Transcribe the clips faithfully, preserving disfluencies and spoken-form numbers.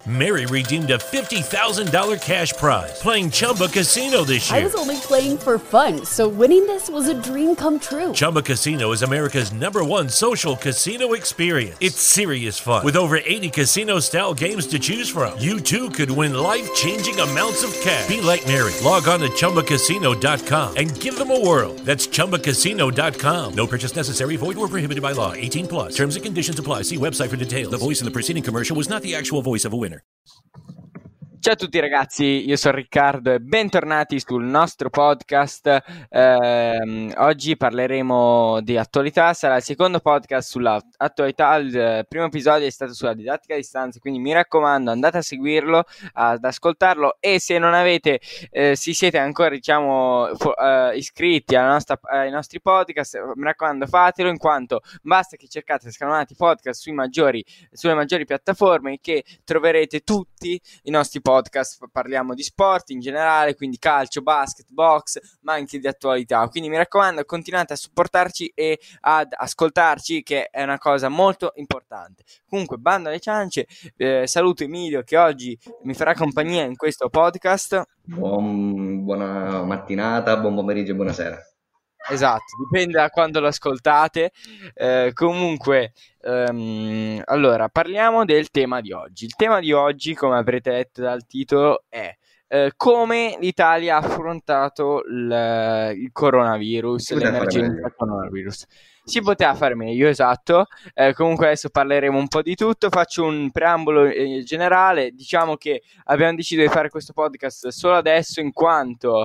Mary redeemed a fifty thousand dollars cash prize playing Chumba Casino this year. I was only playing for fun, so winning this was a dream come true. Chumba Casino is America's number one social casino experience. It's serious fun. With over eighty casino-style games to choose from, you too could win life-changing amounts of cash. Be like Mary. Log on to Chumba Casino dot com and give them a whirl. That's Chumba Casino dot com. No purchase necessary. Void or prohibited by law. eighteen plus. Terms and conditions apply. See website for details. The voice in the preceding commercial was not the actual voice of a winner. Ciao a tutti ragazzi, io sono Riccardo e bentornati sul nostro podcast. Eh, oggi parleremo di attualità, sarà il secondo podcast sull'attualità. Il primo episodio è stato sulla didattica a distanza, quindi mi raccomando andate a seguirlo, ad ascoltarlo, e se non avete, eh, si siete ancora diciamo fo- eh, iscritti alla nostra, eh, ai nostri podcast, mi raccomando fatelo, in quanto basta che cercate Scalmanati Podcast sui maggiori, sulle maggiori piattaforme che troverete tutti i nostri podcast. Podcast, parliamo di sport in generale, quindi calcio, basket, box, ma anche di attualità. Quindi mi raccomando, continuate a supportarci e ad ascoltarci, che è una cosa molto importante. Comunque, bando alle ciance, eh, saluto Emilio che oggi mi farà compagnia in questo podcast. Buon, buona mattinata, buon pomeriggio e buonasera. Esatto, dipende da quando lo ascoltate. Eh, comunque, um, allora, parliamo del tema di oggi. Il tema di oggi, come avrete letto dal titolo, è eh, come l'Italia ha affrontato il, il coronavirus, l'emergenza coronavirus. Si poteva fare meglio, esatto. Eh, comunque adesso parleremo un po' di tutto. Faccio un preambolo eh, generale. Diciamo che abbiamo deciso di fare questo podcast solo adesso, in quanto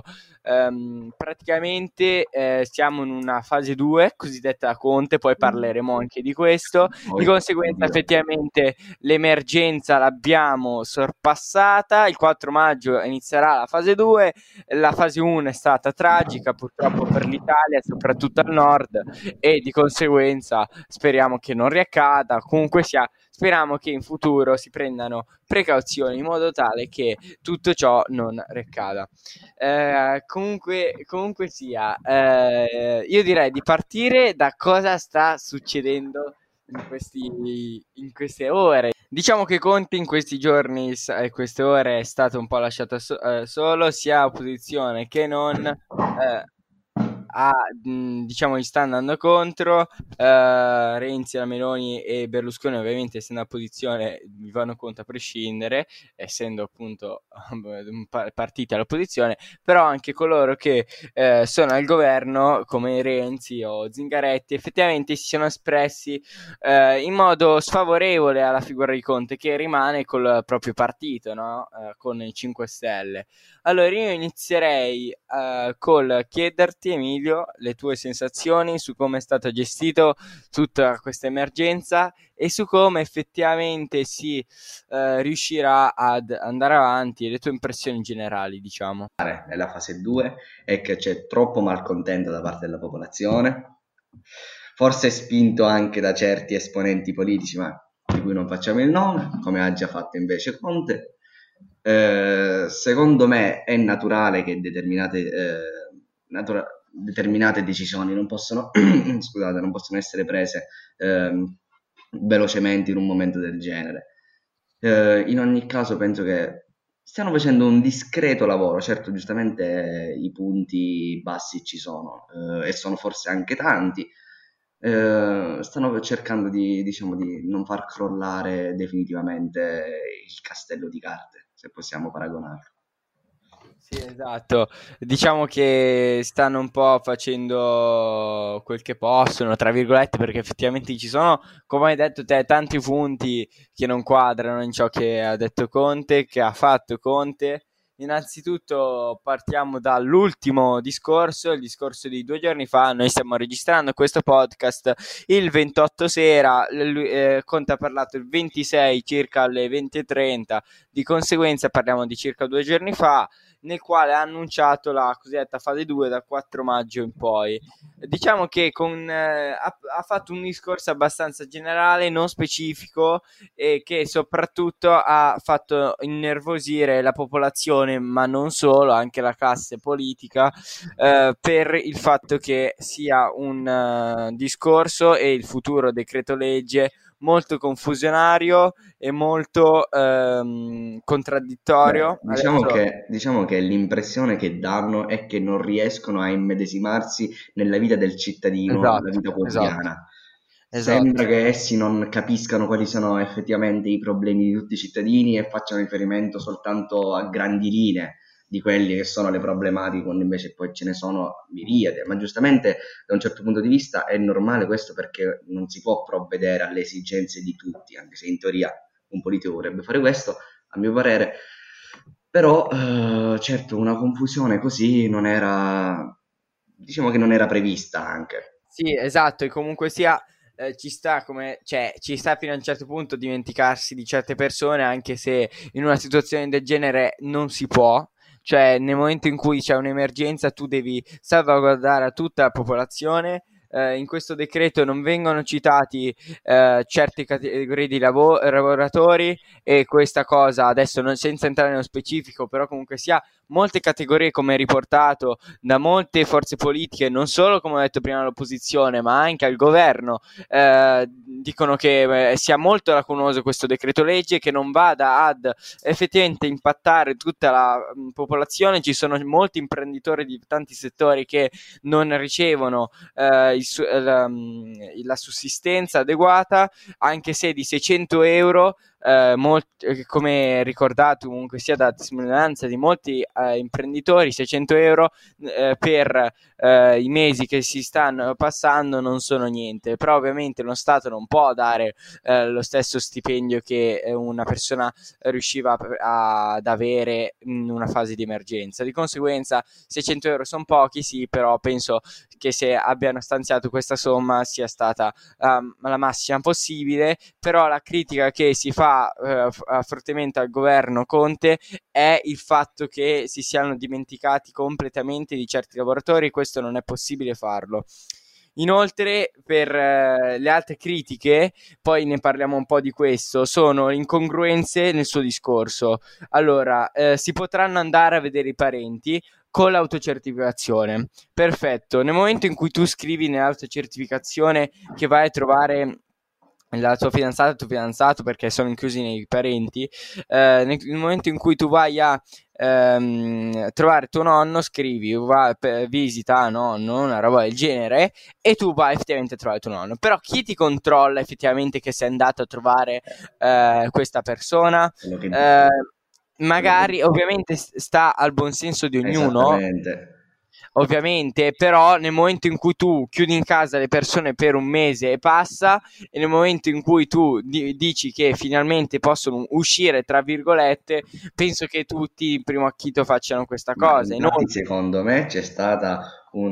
Um, praticamente eh, siamo in una fase due cosiddetta da Conte, poi parleremo anche di questo. Di conseguenza effettivamente l'emergenza l'abbiamo sorpassata, il quattro maggio inizierà la fase due. La fase uno è stata tragica purtroppo per l'Italia, soprattutto al nord, e di conseguenza speriamo che non riaccada. Comunque sia, speriamo che in futuro si prendano precauzioni in modo tale che tutto ciò non riaccada. Eh, comunque, comunque sia, eh, io direi di partire da cosa sta succedendo in, questi, in queste ore. Diciamo che Conte in questi giorni e queste ore è stato un po' lasciato so- eh, solo, sia opposizione che non. Eh, A, diciamo, gli sta andando contro. uh, Renzi, la Meloni e Berlusconi ovviamente, essendo a posizione, vi vanno contro a prescindere, essendo appunto partiti all'opposizione. Però anche coloro che uh, sono al governo, come Renzi o Zingaretti, effettivamente si sono espressi uh, in modo sfavorevole alla figura di Conte, che rimane col proprio partito, no? Uh, con i cinque Stelle. Allora io inizierei uh, col chiederti, Emilio, le tue sensazioni su come è stato gestito tutta questa emergenza e su come effettivamente si uh, riuscirà ad andare avanti, e le tue impressioni generali, diciamo. Nella fase due è che c'è troppo malcontento da parte della popolazione, forse spinto anche da certi esponenti politici, ma di cui non facciamo il nome, come ha già fatto invece Conte. Eh, secondo me è naturale che determinate, eh, natura- determinate decisioni non possono, scusate, non possono essere prese eh, velocemente in un momento del genere. Eh, in ogni caso penso che stiano facendo un discreto lavoro. Certo, giustamente eh, i punti bassi ci sono eh, e sono forse anche tanti. Eh, stanno cercando di, diciamo, di non far crollare definitivamente il castello di carte, se possiamo paragonarlo. Sì, esatto. Diciamo che stanno un po' facendo quel che possono, tra virgolette, perché effettivamente ci sono, come hai detto te, tanti punti che non quadrano in ciò che ha detto Conte, che ha fatto Conte. Innanzitutto partiamo dall'ultimo discorso, il discorso di due giorni fa. Noi stiamo registrando questo podcast il ventotto sera, eh, Conte ha parlato il ventisei circa alle venti e trenta, di conseguenza parliamo di circa due giorni fa, nel quale ha annunciato la cosiddetta fase due dal quattro maggio in poi. Diciamo che con, eh, ha, ha fatto un discorso abbastanza generale, non specifico, e che soprattutto ha fatto innervosire la popolazione, ma non solo, anche la classe politica, eh, per il fatto che sia un uh, discorso e il futuro decreto legge molto confusionario e molto ehm, contraddittorio. Beh, diciamo Adesso... che, diciamo che l'impressione che danno è che non riescono a immedesimarsi nella vita del cittadino, la Esatto, vita esatto, quotidiana. Sembra esatto. che essi non capiscano quali sono effettivamente i problemi di tutti i cittadini e facciano riferimento soltanto a grandi linee di quelli che sono le problematiche, quando invece poi ce ne sono miriade. Ma giustamente da un certo punto di vista è normale questo, perché non si può provvedere alle esigenze di tutti, anche se in teoria un politico vorrebbe fare questo, a mio parere. Però eh, certo, una confusione così non era, diciamo che non era prevista anche. Sì, esatto, e comunque sia eh, ci sta come, cioè, ci sta fino a un certo punto dimenticarsi di certe persone, anche se in una situazione del genere non si può. Cioè, nel momento in cui c'è un'emergenza, tu devi salvaguardare a tutta la popolazione. Eh, in questo decreto non vengono citati eh, certe categorie di lavo- lavoratori, e questa cosa adesso non, senza entrare nello specifico, però comunque sia molte categorie, come riportato da molte forze politiche, non solo come ho detto prima all'opposizione ma anche al governo, eh, dicono che eh, sia molto lacunoso questo decreto legge, che non vada ad effettivamente impattare tutta la mh, popolazione. Ci sono molti imprenditori di tanti settori che non ricevono eh, il su- la, la sussistenza adeguata, anche se di seicento euro, eh, molt- come ricordato comunque sia da testimonianza di molti eh, imprenditori, seicento euro eh, per eh, i mesi che si stanno passando non sono niente. Però ovviamente lo Stato non può dare eh, lo stesso stipendio che eh, una persona riusciva a- ad avere in una fase di emergenza. Di conseguenza seicento euro sono pochi, sì, però penso che se abbiano stanziato questa somma sia stata um, la massima possibile. Però la critica che si fa uh, fortemente al governo Conte è il fatto che si siano dimenticati completamente di certi lavoratori. Questo non è possibile farlo. Inoltre, per eh, le altre critiche, poi ne parliamo un po' di questo, sono incongruenze nel suo discorso. Allora, eh, si potranno andare a vedere i parenti con l'autocertificazione. Perfetto. Nel momento in cui tu scrivi nell'autocertificazione che vai a trovare la tua fidanzata, il tuo fidanzato, perché sono inclusi nei parenti, eh, nel, nel momento in cui tu vai a ehm, trovare tuo nonno, scrivi va, per, visita nonno, una roba del genere, e tu vai effettivamente a trovare tuo nonno. Però chi ti controlla effettivamente che sei andato a trovare eh, questa persona? Quello che, Eh, quello che- magari ovviamente sta al buon senso di ognuno, Esattamente. ovviamente, però nel momento in cui tu chiudi in casa le persone per un mese e passa, e nel momento in cui tu di- dici che finalmente possono uscire, tra virgolette, penso che tutti in primo acchito facciano questa Ma cosa. infatti Inoltre, secondo me c'è stata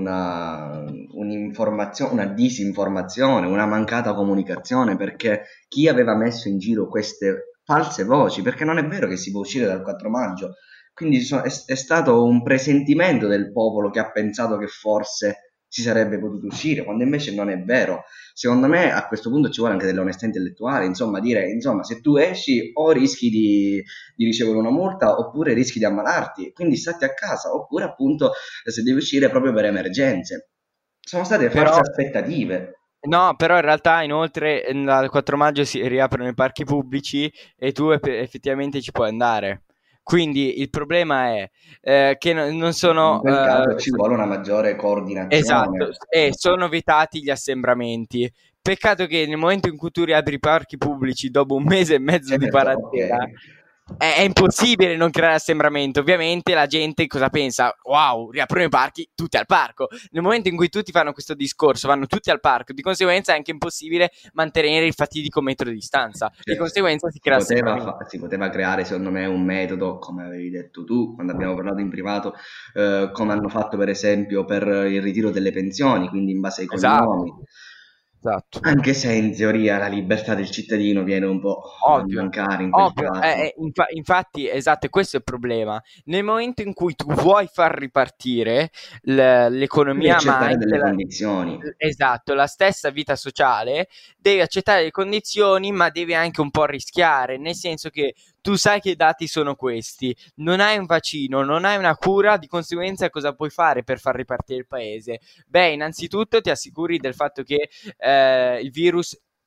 una, un'informazione, una disinformazione, una mancata comunicazione, perché chi aveva messo in giro queste false voci, perché non è vero che si può uscire dal quattro maggio, quindi so- è, è stato un presentimento del popolo che ha pensato che forse si sarebbe potuto uscire, quando invece non è vero. Secondo me a questo punto ci vuole anche dell'onestà intellettuale, insomma, dire, insomma, se tu esci o rischi di di ricevere una multa oppure rischi di ammalarti, quindi stati a casa, oppure appunto se devi uscire proprio per emergenze. Sono state false però, aspettative. no, però in realtà inoltre eh, dal quattro maggio si riaprono i parchi pubblici e tu eff- effettivamente ci puoi andare. Quindi il problema è eh, che no- non In sono quel caso eh, ci vuole una maggiore esatto, coordinazione. e sono vietati gli assembramenti. Peccato che nel momento in cui tu riapri i parchi pubblici dopo un mese e mezzo di Certo, ok. quarantena, è, è impossibile non creare assembramento. Ovviamente la gente cosa pensa? Wow, riaprono i parchi, tutti al parco. Nel momento in cui tutti fanno questo discorso, vanno tutti al parco, di conseguenza è anche impossibile mantenere il fatidico metro di distanza. Di Certo, conseguenza si si crea poteva, assembramento. fa- si poteva creare, secondo me, un metodo, come avevi detto tu, quando abbiamo parlato in privato, eh, come hanno fatto per esempio per il ritiro delle pensioni, quindi in base ai Esatto, cognomi. esatto. Anche se in teoria la libertà del cittadino viene un po' a Ovvio, mancare in quel ovvio, eh, caso. eh, infa- infatti, esatto, e questo è il problema. Nel momento in cui tu vuoi far ripartire l- Devi l'economia, ma accettare anche delle la, condizioni. esatto, la stessa vita sociale, devi accettare le condizioni, ma devi anche un po' rischiare, nel senso che tu sai che i dati sono questi, non hai un vaccino, non hai una cura, di conseguenza cosa puoi fare per far ripartire il paese? Beh, innanzitutto ti assicuri del fatto che eh, il virus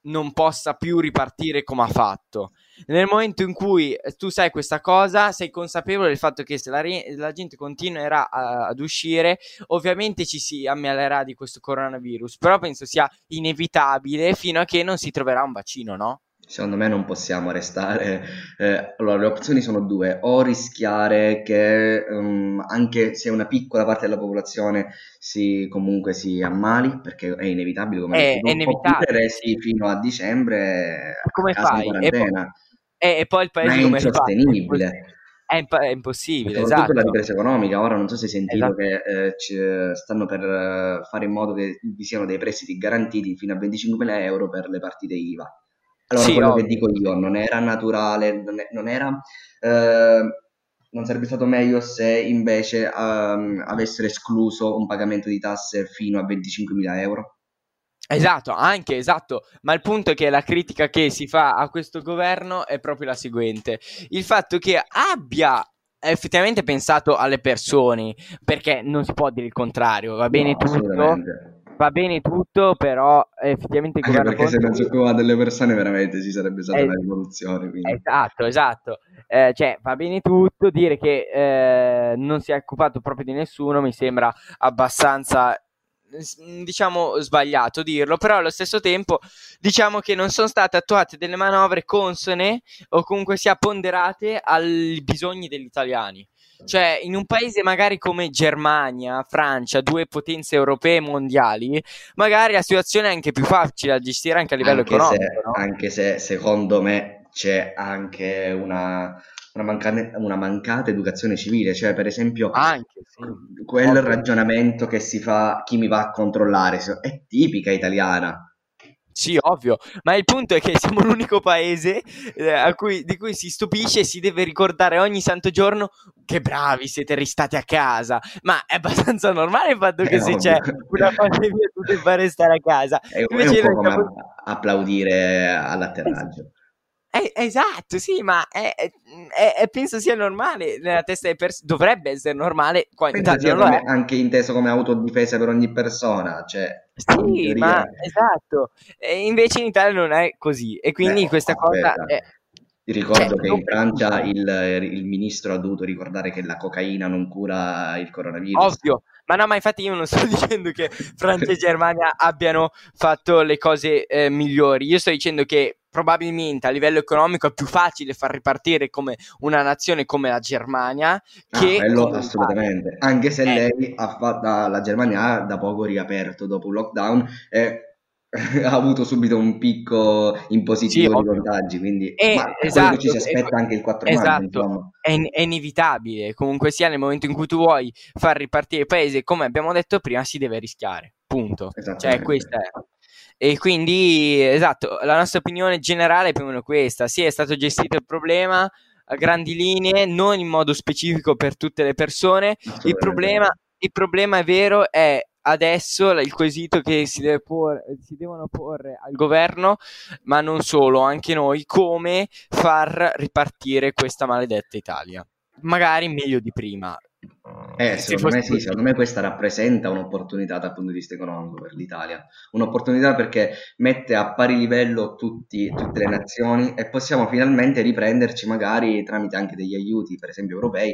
non possa più ripartire come ha fatto. Nel momento in cui tu sai questa cosa, sei consapevole del fatto che se la, re- la gente continuerà a- ad uscire, ovviamente ci si ammalerà di questo coronavirus, però penso sia inevitabile fino a che non si troverà un vaccino, no? Secondo me non possiamo restare. Eh, allora, le opzioni sono due: o rischiare che ehm, anche se una piccola parte della popolazione si comunque si ammali, perché è inevitabile, come hai È, detto è tu, oppure inevitabile, resti sì. fino a dicembre a Come casa in fai? E, po- quarantena. e- e poi il Ma è paese come riparte? È imposs- insostenibile. è imp- è E impossibile, soprattutto la esatto. ripresa economica. Ora non so se hai sentito Esatto. che eh, ci- stanno per eh, fare in modo che vi siano dei prestiti garantiti fino a venticinquemila euro per le partite I V A. Allora, Sì, quello che ovvio. dico io, non era naturale, non, è- non era, eh, non sarebbe stato meglio se invece ehm, avessero escluso un pagamento di tasse fino a venticinquemila euro? Esatto, anche esatto, ma il punto è che la critica che si fa a questo governo è proprio la seguente: il fatto che abbia effettivamente pensato alle persone, perché non si può dire il contrario, va bene No, tutto, assolutamente. va bene tutto, però effettivamente il Anche governo perché se Conte non si occupava delle persone veramente ci sarebbe stata è, una rivoluzione, quindi. esatto, esatto. Eh, cioè, va bene tutto, dire che eh, non si è occupato proprio di nessuno mi sembra abbastanza, s- diciamo, sbagliato dirlo, però allo stesso tempo diciamo che non sono state attuate delle manovre consone o comunque sia ponderate ai bisogni degli italiani. Cioè, in un paese magari come Germania, Francia, due potenze europee mondiali, magari la situazione è anche più facile da gestire anche a livello Anche se, economico, no? anche se secondo me c'è anche una, una, mancane- una mancata educazione civile, cioè per esempio Anche, sì, quel ovvio. ragionamento che si fa chi mi va a controllare se- è tipica italiana. Sì, ovvio, ma il punto è che siamo l'unico paese eh, a cui- di cui si stupisce e si deve ricordare ogni santo giorno che bravi siete restati a casa, ma è abbastanza normale il fatto È che se c'è ovvio. una pandemia tu debba restare a casa, È, è un invece po' noi come siamo... a- applaudire Es- all'atterraggio. eh, esatto, sì, ma è- è- è- è- penso sia normale nella testa delle persone, dovrebbe essere normale, qua in Penso Italia sia non lo come è. anche inteso come autodifesa per ogni persona, cioè in Sì, teoria. ma esatto, e invece in Italia non è così e Beh, quindi questa cosa aspetta, è, ti cioè, ricordo che in rompe Francia tutto, il, il ministro ha dovuto ricordare che la cocaina non cura il coronavirus. ovvio, ma no, ma infatti io non sto dicendo che Francia e Germania abbiano fatto le cose eh, migliori, io sto dicendo che probabilmente a livello economico è più facile far ripartire come una nazione come la Germania Ah, che quello come l'Italia. assolutamente. Anche se Eh, lei ha fatto, la Germania ha da poco riaperto dopo un lockdown e ha avuto subito un picco in sì, positivo di ovvio. contagi, quindi, E, ma è quello che ci esatto, si e que- aspetta anche il quattro maggio, esatto, insomma. è, in- è inevitabile. Comunque sia, nel momento in cui tu vuoi far ripartire il paese, come abbiamo detto prima, si deve rischiare. Punto. Cioè, questa Esattamente. è. E quindi, esatto, la nostra opinione generale è più o meno questa. Sì, è stato gestito il problema a grandi linee, non in modo specifico per tutte le persone. Il Assolutamente problema, no. il problema è vero, è adesso il quesito che si, deve por- si devono porre al governo, ma non solo, anche noi, come far ripartire questa maledetta Italia. Magari meglio di prima, Eh, se secondo fosse me sì, possibile. secondo me questa rappresenta un'opportunità dal punto di vista economico per l'Italia, un'opportunità perché mette a pari livello tutti- tutte le nazioni e possiamo finalmente riprenderci magari tramite anche degli aiuti, per esempio europei,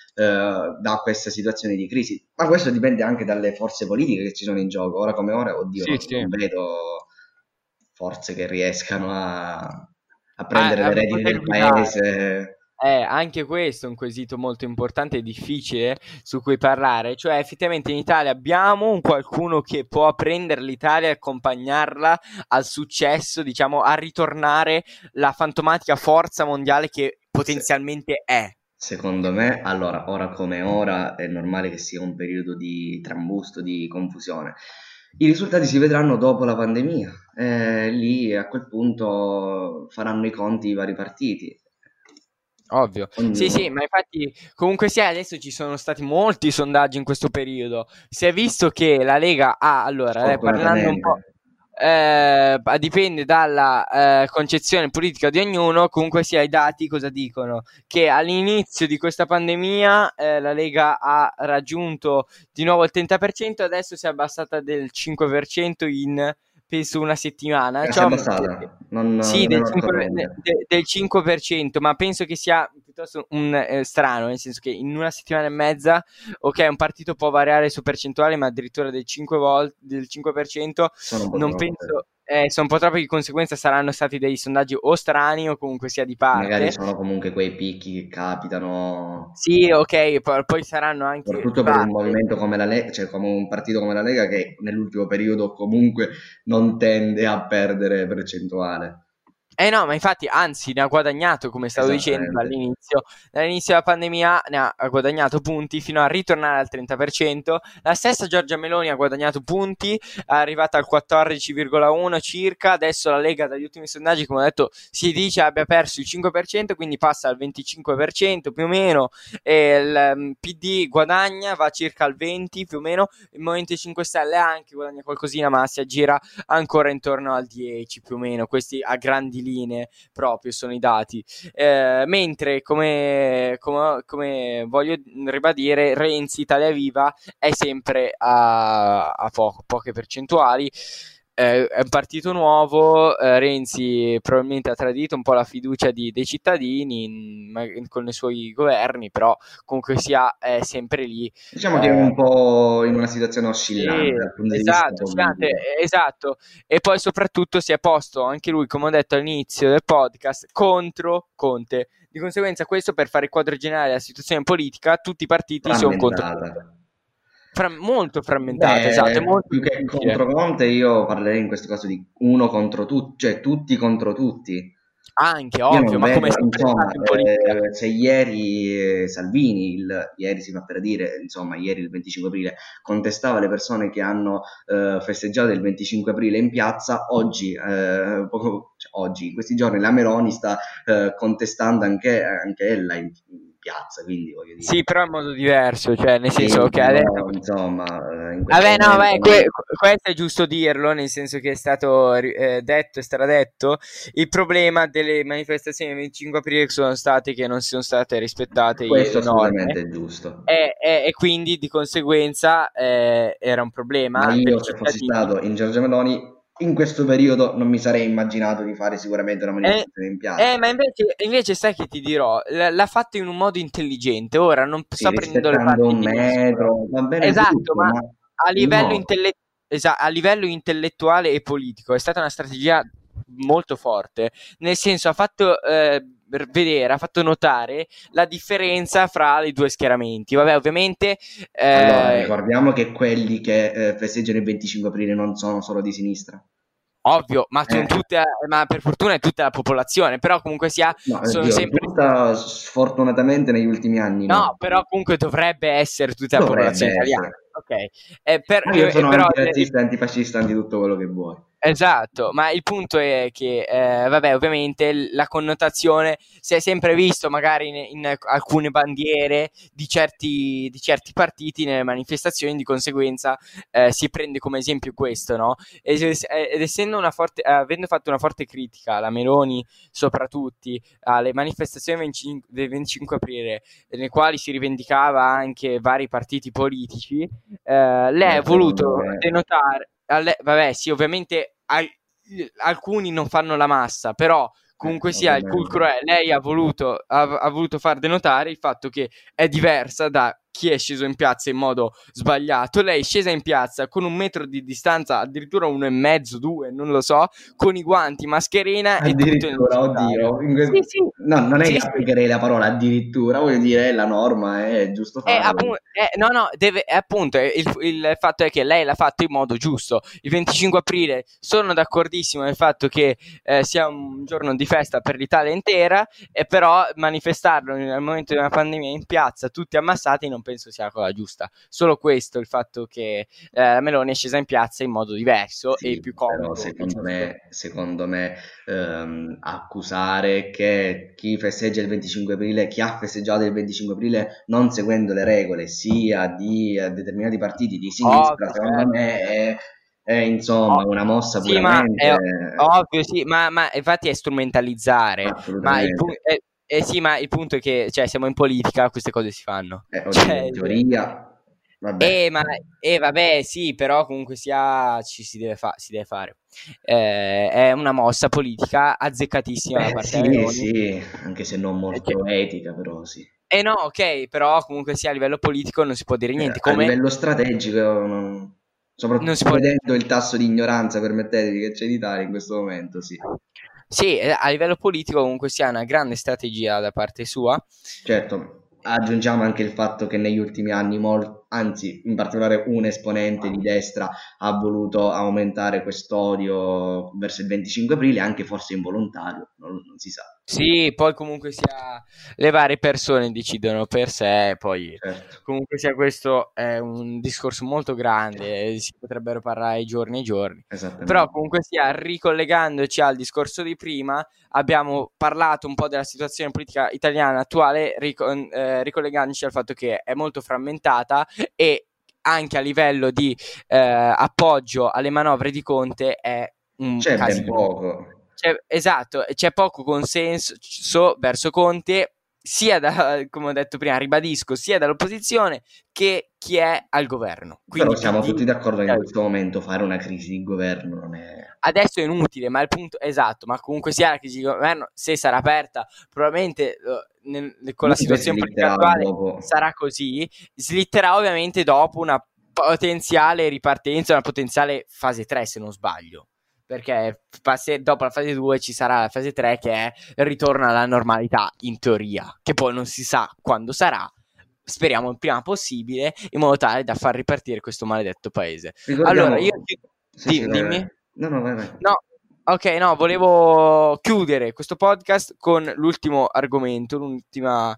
eh, da questa situazione di crisi. Ma questo dipende anche dalle forze politiche che ci sono in gioco. Ora come ora, oddio, Sì, non, sì. non vedo forze che riescano a, a A, prendere a le redini poter del guidare. paese. Eh, anche questo è un quesito molto importante e difficile su cui parlare, cioè effettivamente in Italia abbiamo un qualcuno che può prendere l'Italia e accompagnarla al successo, diciamo, a ritornare la fantomatica forza mondiale che Se- potenzialmente è. Secondo me, allora, ora come ora è normale che sia un periodo di trambusto, di confusione. I risultati si vedranno dopo la pandemia, eh, lì a quel punto faranno i conti i vari partiti. Ovvio. Sì, Ognuno, sì, ma infatti comunque sia adesso ci sono stati molti sondaggi in questo periodo. Si è visto che la Lega ha, allora, eh, parlando un sfortunatamente. po', eh, dipende dalla eh, concezione politica di ognuno, comunque sia i dati cosa dicono? Che all'inizio di questa pandemia eh, la Lega ha raggiunto di nuovo il trenta per cento, adesso si è abbassata del cinque per cento in penso una settimana. Eh, si è Cioè, abbassata, non, sì, non è del una cinque, cosa de- lunga. de- del cinque per cento, ma penso che sia piuttosto un eh, strano, nel senso che in una settimana e mezza, ok, un partito può variare su percentuale, ma addirittura del cinque volte, del cinque per cento, Sono un po' non troppe. penso, eh, sono un po' troppi, di conseguenza saranno stati dei sondaggi o strani o comunque sia di Magari parte. sono comunque quei picchi che capitano, Sì, ok, poi, poi saranno anche di soprattutto per un parte. movimento come la Lega, cioè come un partito come la Lega che nell'ultimo periodo comunque non tende a perdere percentuale. Eh no, ma infatti, anzi, ne ha guadagnato, come stavo dicendo Esattamente. dall'inizio. Dall'inizio della pandemia ne ha ha guadagnato punti fino a ritornare al trenta per cento. La stessa Giorgia Meloni ha guadagnato punti, è arrivata al quattordici virgola uno circa. Adesso la Lega, dagli ultimi sondaggi, come ho detto, si dice abbia perso il cinque per cento, quindi passa al venticinque per cento più o meno. E il um, P D guadagna, va circa al venti più o meno. Il Movimento cinque Stelle anche guadagna qualcosina, ma si aggira ancora intorno al dieci più o meno. Questi a grandi linee proprio sono i dati, eh, mentre come, come, come voglio ribadire, Renzi Italia Viva è sempre a, a po- poche percentuali. Eh, è un partito nuovo, eh, Renzi probabilmente ha tradito un po' la fiducia di, dei cittadini in, ma, con i suoi governi, però comunque sia è sempre lì. Diciamo che è Eh, un po' in una situazione sì, oscillante dal punto di vista esatto, sì, anche- politico. esatto. E poi soprattutto si è posto anche lui, come ho detto all'inizio del podcast, contro Conte. Di conseguenza questo, per fare il quadro generale della situazione politica, tutti i partiti sono contro Conte. Frammentata. Fra- molto frammentata, esatto, è Beh, molto più che difficile. contro Conte, io parlerei in questo caso di uno contro tutti, cioè tutti contro tutti. Anche, Io ovvio, non ma come è vedo, sempre insomma, stato in politica. eh, se ieri eh, Salvini, il, ieri si fa per dire, insomma, ieri il venticinque aprile, contestava le persone che hanno eh, festeggiato il venticinque aprile in piazza, oggi, eh, poco, cioè, oggi, in questi giorni, la Meloni sta eh, contestando anche, anche ella in, in piazza, quindi voglio dire. Sì, però in modo diverso, cioè nel Sì, senso che adesso... però, insomma, eh, in questo Vabbè, no, momento beh, que- non- questo è giusto dirlo, nel senso che è stato eh, detto e stradetto. Il problema delle manifestazioni del venticinque aprile sono state che non si sono state rispettate questo le norme assolutamente è giusto. e, e- e quindi di conseguenza eh, era un Ma problema per io, i se fossi cittadini. stato in Giorgia Meloni, in questo periodo non mi sarei immaginato di fare sicuramente una Eh, manifestazione in piazza. eh, ma invece, invece sai che ti dirò, L- l'ha fatto in un modo intelligente. Ora non Sì, sto prendendo le rispettando parti un di nessuno. metro, va bene Esatto, tutto, ma ma a il livello, modo. intelle- esa- a livello intellettuale e politico è stata una strategia molto forte, nel senso ha fatto eh, vedere, ha fatto notare la differenza fra i due schieramenti. Vabbè, ovviamente Allora, eh, ricordiamo che quelli che eh, festeggiano il venticinque aprile non sono solo di sinistra. ovvio, ma, sono Eh, tutte, ma per fortuna è tutta la popolazione, però comunque sia, no, sono oddio, sempre... tutta sfortunatamente negli ultimi anni No, no. però comunque dovrebbe essere tutta la Dovrebbe popolazione italiana. essere. Ok. Eh, per- Ma io eh, sono però antirazzista, antifascista, anti tutto quello che vuoi. esatto, ma il punto è che, eh, vabbè, ovviamente l- la connotazione si è sempre visto magari in, in alcune bandiere di certi, di certi partiti nelle manifestazioni, di conseguenza eh, si prende come esempio questo, no? Ed, ed essendo una forte, eh, avendo fatto una forte critica alla Meloni, soprattutto alle manifestazioni venticinque del venticinque aprile, nelle quali si rivendicava anche vari partiti politici, eh, lei Beh, ha secondo voluto me, denotare, alle- vabbè, sì, ovviamente al- alcuni non fanno la massa, però eh, comunque sia il ovviamente. fulcro è lei ha voluto, ha, ha voluto far denotare il fatto che è diversa da chi è sceso in piazza in modo sbagliato. Lei è scesa in piazza con un metro di distanza, addirittura uno e mezzo, due, non lo so, con i guanti, mascherina e tutto il Addirittura, necessario. oddio, in Sì, que- sì, no, non è sì, che sì. applicherei la parola addirittura, voglio dire, la norma è giusto Eh, farlo. appunto, eh, no, no, deve, eh, appunto, eh, il, il fatto è che lei l'ha fatto in modo giusto. Il venticinque aprile sono d'accordissimo nel fatto che eh, sia un giorno di festa per l'Italia intera, e però manifestarlo nel momento di una pandemia in piazza, tutti ammassati, non penso sia la cosa giusta. Solo questo, il fatto che eh, la Meloni è scesa in piazza in modo diverso e Sì, più però comico e secondo giusto. me, secondo me ehm, accusare che chi festeggia il venticinque aprile, chi ha festeggiato il venticinque aprile non seguendo le regole, sia di eh, determinati partiti di sinistra, Ovvio, secondo certo. me è, è, insomma Oh, una mossa sì, ma è puramente ovvio, sì, ma, ma infatti è strumentalizzare. Ma il, pu- assolutamente. eh, eh, sì, ma il punto è che, cioè, siamo in politica, queste cose si fanno. Eh, oddio, Cioè, in il- teoria, Vabbè. E, ma, e vabbè, sì, però comunque sia ci si deve, fa- si deve fare. Eh, è una mossa politica azzeccatissima da Beh, parte di sì, Meloni. sì, anche se non Eh, cioè- molto etica, però sì. eh no, ok, però comunque sia a livello politico non si può dire Eh, niente, a come livello strategico, non- non si soprattutto può dire. vedendo il tasso di ignoranza, permettetevi, che c'è in Italia in questo momento, sì. Sì, eh, a livello politico comunque sia una grande strategia da parte sua. Certo, aggiungiamo anche il fatto che negli ultimi anni, mol- anzi, in particolare un esponente di destra ha voluto aumentare quest'odio verso il venticinque aprile, anche forse involontario, non, non si sa. Sì, poi comunque sia le varie persone decidono per sé, poi Certo, comunque sia questo è un discorso molto grande, eh, si potrebbero parlare giorni e giorni. Però esattamente. comunque sia ricollegandoci al discorso di prima, abbiamo parlato un po' della situazione politica italiana attuale, rico- eh, ricollegandoci al fatto che è molto frammentata e anche a livello di eh, appoggio alle manovre di Conte è un C'è ben casino. poco. C'è, esatto, c'è poco consenso so- verso Conte, sia da, come ho detto prima, ribadisco, sia dall'opposizione che chi è al governo. Però Quindi siamo P D, tutti d'accordo che in questo momento fare una crisi di governo non è... adesso è inutile, ma il punto esatto, ma comunque sia la crisi di governo, se sarà aperta, probabilmente eh, nel- con la Comunque situazione politica slitterà attuale dopo. sarà così, slitterà ovviamente dopo una potenziale ripartenza, una potenziale fase tre se non sbaglio. Perché passe- dopo la fase due ci sarà la fase tre che è il ritorno alla normalità in teoria, che poi non si sa quando sarà, speriamo il prima possibile, in modo tale da far ripartire questo maledetto paese. Allora, io Ricordiamo... ti- Sì, sì, di- vai, dimmi. vai. No, no, vai, vai. No, ok, no, volevo chiudere questo podcast con l'ultimo argomento, l'ultima,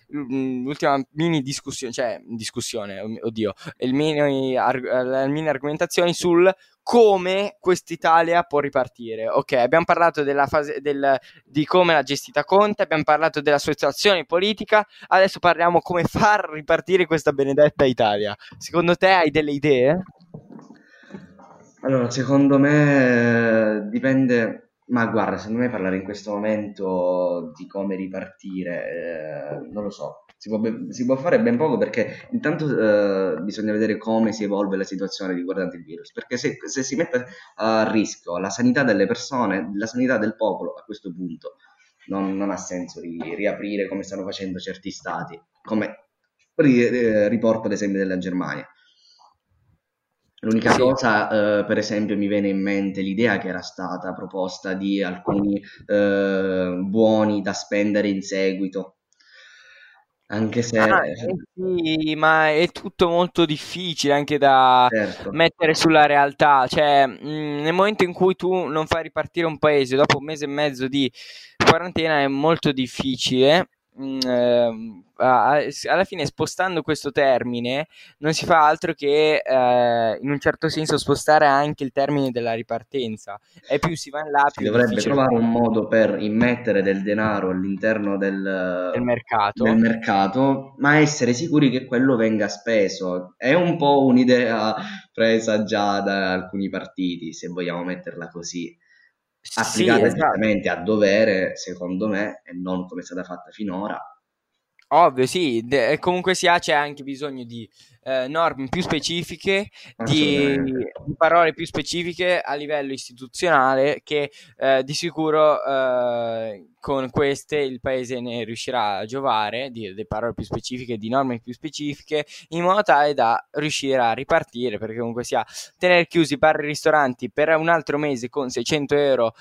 l'ultima mini discussione, cioè discussione, oddio, il mini, arg- le mini argomentazioni sul come quest'Italia può ripartire. Ok, abbiamo parlato della fase del, di come l'ha gestita Conte, abbiamo parlato della sua situazione politica, adesso parliamo come far ripartire questa benedetta Italia. Secondo te hai delle idee? Allora, secondo me eh, dipende, ma guarda, secondo me parlare in questo momento di come ripartire, eh, non lo so, si può, be- si può fare ben poco perché intanto eh, bisogna vedere come si evolve la situazione riguardante il virus, perché se, se si mette a rischio la sanità delle persone, la sanità del popolo, a questo punto non, non ha senso ri- riaprire come stanno facendo certi stati, come ri- eh, riporto l'esempio della Germania. L'unica Sì. cosa, eh, per esempio, mi viene in mente l'idea che era stata proposta di alcuni eh, buoni da spendere in seguito, anche se, Ah, eh sì, ma è tutto molto difficile anche da certo, mettere sulla realtà. Cioè, mh, nel momento in cui tu non fai ripartire un paese dopo un mese e mezzo di quarantena è molto difficile. Mh, ehm, a- a- alla fine, spostando questo termine, non si fa altro che eh, in un certo senso spostare anche il termine della ripartenza. E più si va in là, si più è dovrebbe difficile trovare un modo per immettere del denaro all'interno del del, del mercato. mercato, ma essere sicuri che quello venga speso. È un po' un'idea presa già da alcuni partiti, se vogliamo metterla così, Sì, applicata esatto. giustamente a dovere, secondo me, e non come è stata fatta finora. Ovvio, sì, de- comunque sia c'è anche bisogno di eh, norme più specifiche, di, Assolutamente. di parole più specifiche a livello istituzionale che eh, di sicuro eh, con queste il paese ne riuscirà a giovare, di, di parole più specifiche, di norme più specifiche, in modo tale da riuscire a ripartire, perché comunque sia tenere chiusi bar e ristoranti per un altro mese con seicento euro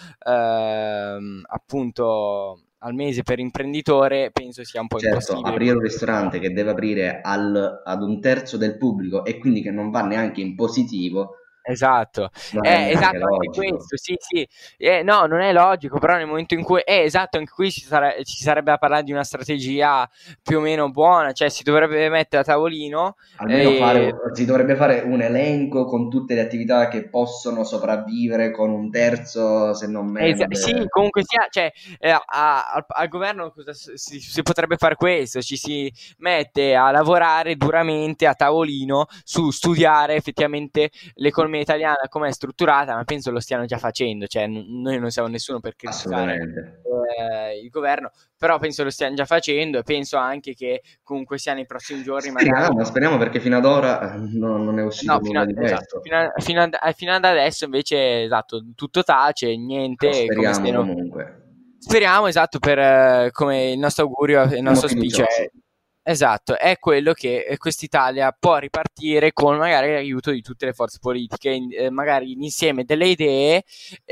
ehm, appunto al mese per imprenditore penso sia un po' Certo, impossibile. aprire un ristorante che deve aprire al- ad un terzo del pubblico e quindi che non va neanche in positivo, Esatto, non è eh, neanche esatto anche logico. questo, sì, sì, eh, no, non è logico, però nel momento in cui, eh, esatto, anche qui ci, sare- ci sarebbe da parlare di una strategia più o meno buona, cioè si dovrebbe mettere a tavolino, Almeno eh, fare, si dovrebbe fare un elenco con tutte le attività che possono sopravvivere con un terzo, se non meno. Es- sì, de- comunque sia, cioè, eh, a- al, al governo cosa s- si, si potrebbe fare questo, ci si mette a lavorare duramente a tavolino su studiare effettivamente l'economia l'economia italiana come è strutturata, ma penso lo stiano già facendo, cioè n- noi non siamo nessuno per criticare eh, il governo, però penso lo stiano già facendo e penso anche che comunque sia nei prossimi giorni speriamo, magari... speriamo perché fino ad ora non, non è uscito no, nulla fino, di esatto, questo. fino, a, fino, a, fino ad adesso invece esatto, tutto tace, niente. Però speriamo come se no... comunque. Speriamo, esatto, per uh, come il nostro augurio, il nostro auspicio è, esatto, è quello che quest'Italia può ripartire con magari l'aiuto di tutte le forze politiche, eh, magari l'insieme delle idee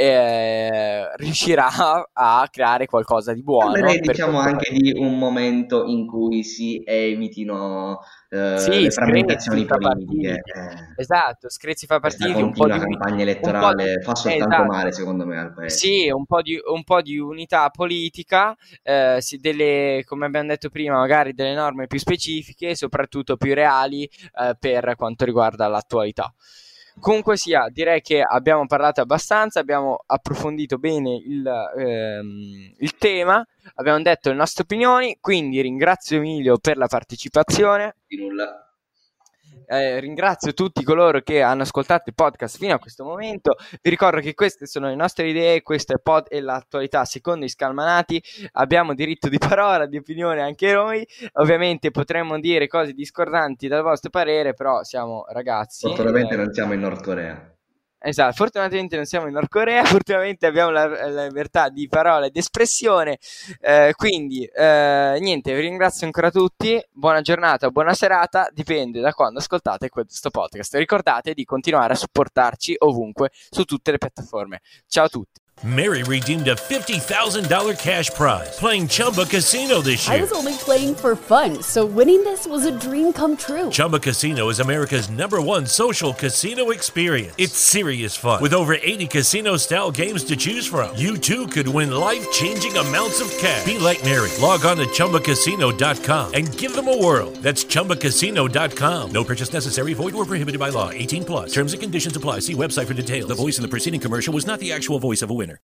eh, riuscirà a creare qualcosa di buono. Parlerei, diciamo, anche di un momento in cui si evitino eh, sì, le frammentazioni politiche. Eh, esatto, screzi fra partiti, un po' di campagna elettorale di, fa soltanto esatto. male, secondo me, al paese. Sì, un po' di, un po' di unità politica, eh, sì, delle, come abbiamo detto prima, magari delle norme più specifiche, soprattutto più reali eh, per quanto riguarda l'attualità. Comunque sia, direi che abbiamo parlato abbastanza, abbiamo approfondito bene il, ehm, il tema, abbiamo detto le nostre opinioni, quindi ringrazio Emilio per la partecipazione. Di nulla. Eh, ringrazio tutti coloro che hanno ascoltato il podcast fino a questo momento. Vi ricordo che queste sono le nostre idee, questo è pod e l'attualità secondo i Scalmanati. Abbiamo diritto di parola, di opinione anche noi. Ovviamente potremmo dire cose discordanti dal vostro parere, però siamo ragazzi. Fortunatamente eh, non siamo in Nord Corea. Esatto, fortunatamente non siamo in Nord Corea, fortunatamente abbiamo la, la libertà di parola e di espressione, eh, quindi eh, niente, vi ringrazio ancora tutti, buona giornata o buona serata, dipende da quando ascoltate questo podcast. Ricordate di continuare a supportarci ovunque su tutte le piattaforme. Ciao a tutti. Mary redeemed a fifty thousand dollars cash prize playing Chumba Casino this year. I was only playing for fun, so winning this was a dream come true. Chumba Casino is America's number one social casino experience. It's serious fun. With over eighty casino-style games to choose from, you too could win life-changing amounts of cash. Be like Mary. Log on to Chumba Casino dot com and give them a whirl. That's Chumba Casino dot com. No purchase necessary. Void or prohibited by law. eighteen plus. Terms and conditions apply. See website for details. The voice in the preceding commercial was not the actual voice of a winner.